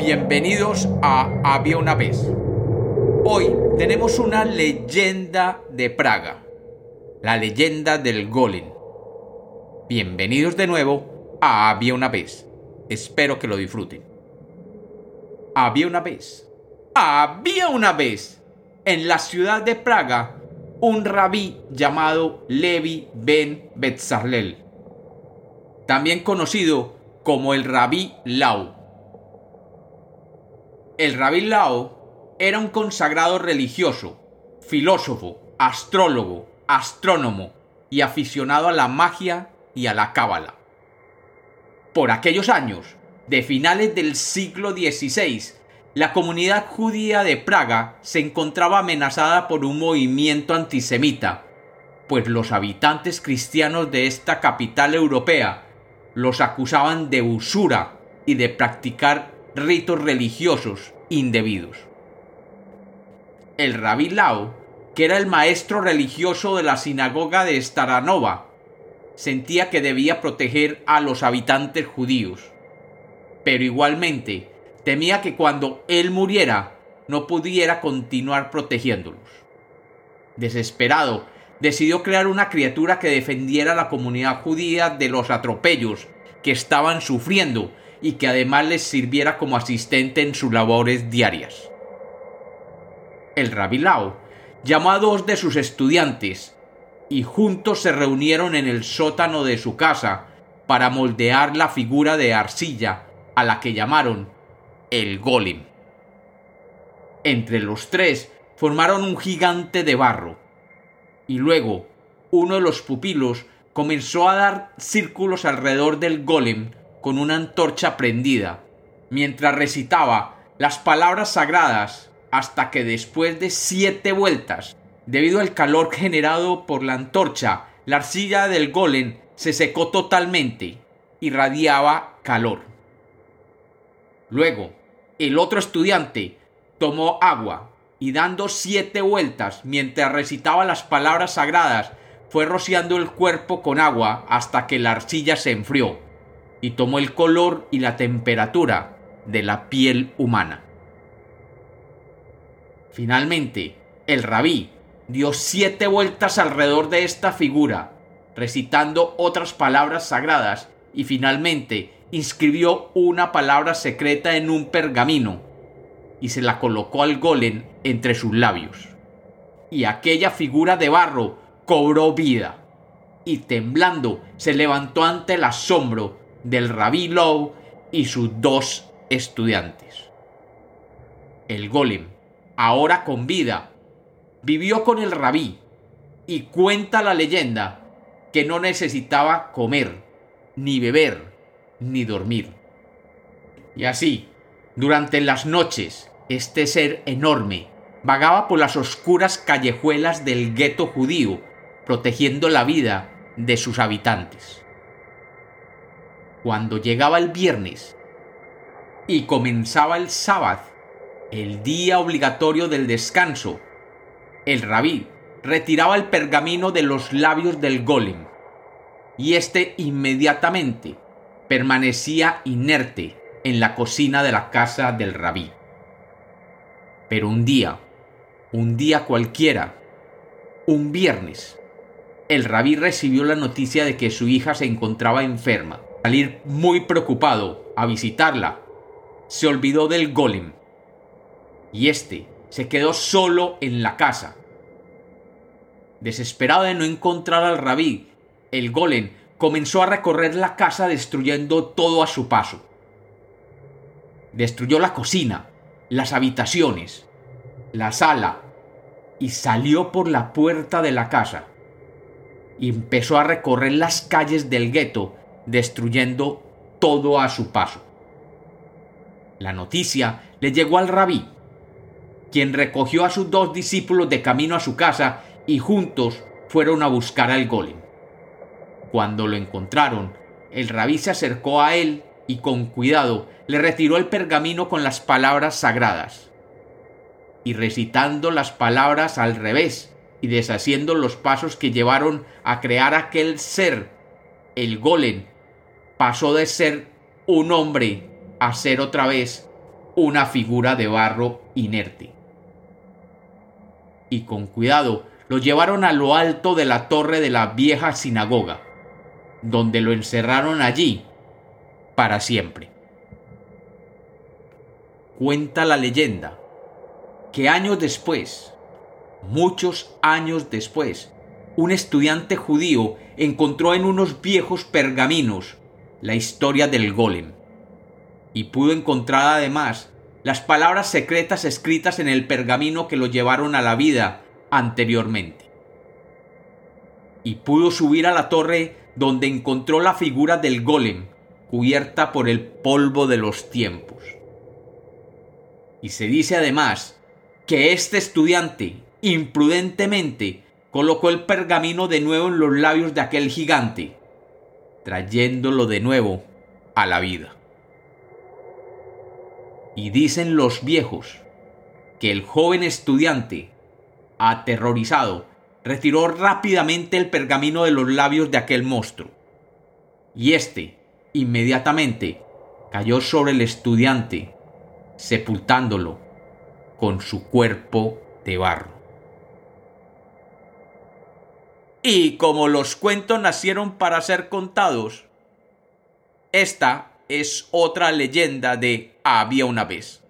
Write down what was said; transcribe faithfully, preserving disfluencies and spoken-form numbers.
Bienvenidos a Había una vez. Hoy tenemos una leyenda de Praga, la leyenda del golem. Bienvenidos de nuevo a Había una vez. Espero que lo disfruten. Había una vez. Había una vez en la ciudad de Praga un rabí llamado Levi ben Betzalel, también conocido como el Rabí Lau. El Rabí Lau era un consagrado religioso, filósofo, astrólogo, astrónomo y aficionado a la magia y a la cábala. Por aquellos años, de finales del siglo dieciséis, la comunidad judía de Praga se encontraba amenazada por un movimiento antisemita, pues los habitantes cristianos de esta capital europea los acusaban de usura y de practicar ritos religiosos indebidos. El Rabí Lau, que era el maestro religioso de la sinagoga de Staranova, sentía que debía proteger a los habitantes judíos, pero igualmente temía que cuando él muriera no pudiera continuar protegiéndolos. Desesperado, decidió crear una criatura que defendiera a la comunidad judía de los atropellos que estaban sufriendo y que además les sirviera como asistente en sus labores diarias. El Rabí Lau llamó a dos de sus estudiantes y juntos se reunieron en el sótano de su casa para moldear la figura de arcilla a la que llamaron el golem. Entre los tres formaron un gigante de barro, y luego uno de los pupilos comenzó a dar círculos alrededor del golem con una antorcha prendida, mientras recitaba las palabras sagradas hasta que después de siete vueltas, debido al calor generado por la antorcha, la arcilla del golem se secó totalmente y radiaba calor. Luego, el otro estudiante tomó agua y dando siete vueltas mientras recitaba las palabras sagradas, fue rociando el cuerpo con agua hasta que la arcilla se enfrió y tomó el color y la temperatura de la piel humana. Finalmente, el rabí dio siete vueltas alrededor de esta figura, recitando otras palabras sagradas, y finalmente inscribió una palabra secreta en un pergamino y se la colocó al golem entre sus labios. Y aquella figura de barro cobró vida y temblando se levantó ante el asombro del Rabí Lau y sus dos estudiantes. El golem, ahora con vida, vivió con el rabí y cuenta la leyenda que no necesitaba comer, ni beber, ni dormir. Y así, durante las noches, este ser enorme vagaba por las oscuras callejuelas del gueto judío, protegiendo la vida de sus habitantes. Cuando llegaba el viernes y comenzaba el sábado, el día obligatorio del descanso, el rabí retiraba el pergamino de los labios del golem, y éste inmediatamente permanecía inerte en la cocina de la casa del rabí. Pero un día, un día cualquiera, un viernes, el rabí recibió la noticia de que su hija se encontraba enferma. Al salir muy preocupado a visitarla, se olvidó del golem, y éste se quedó solo en la casa. Desesperado de no encontrar al rabí, el golem comenzó a recorrer la casa destruyendo todo a su paso. Destruyó la cocina, las habitaciones, la sala, y salió por la puerta de la casa y empezó a recorrer las calles del gueto destruyendo todo a su paso. La noticia le llegó al rabí, quien recogió a sus dos discípulos de camino a su casa y juntos fueron a buscar al golem. Cuando lo encontraron, el rabí se acercó a él y con cuidado le retiró el pergamino con las palabras sagradas. Y recitando las palabras al revés y deshaciendo los pasos que llevaron a crear aquel ser, el golem pasó de ser un hombre a ser otra vez una figura de barro inerte. Y con cuidado lo llevaron a lo alto de la torre de la vieja sinagoga, donde lo encerraron allí para siempre. Cuenta la leyenda que años después, muchos años después, un estudiante judío encontró en unos viejos pergaminos la historia del golem y pudo encontrar además las palabras secretas escritas en el pergamino que lo llevaron a la vida anteriormente. Y pudo subir a la torre donde encontró la figura del golem cubierta por el polvo de los tiempos. Y se dice además que este estudiante imprudentemente colocó el pergamino de nuevo en los labios de aquel gigante, trayéndolo de nuevo a la vida. Y dicen los viejos que el joven estudiante, aterrorizado, retiró rápidamente el pergamino de los labios de aquel monstruo, y éste inmediatamente cayó sobre el estudiante, sepultándolo con su cuerpo de barro. Y como los cuentos nacieron para ser contados, esta es otra leyenda de Había una vez.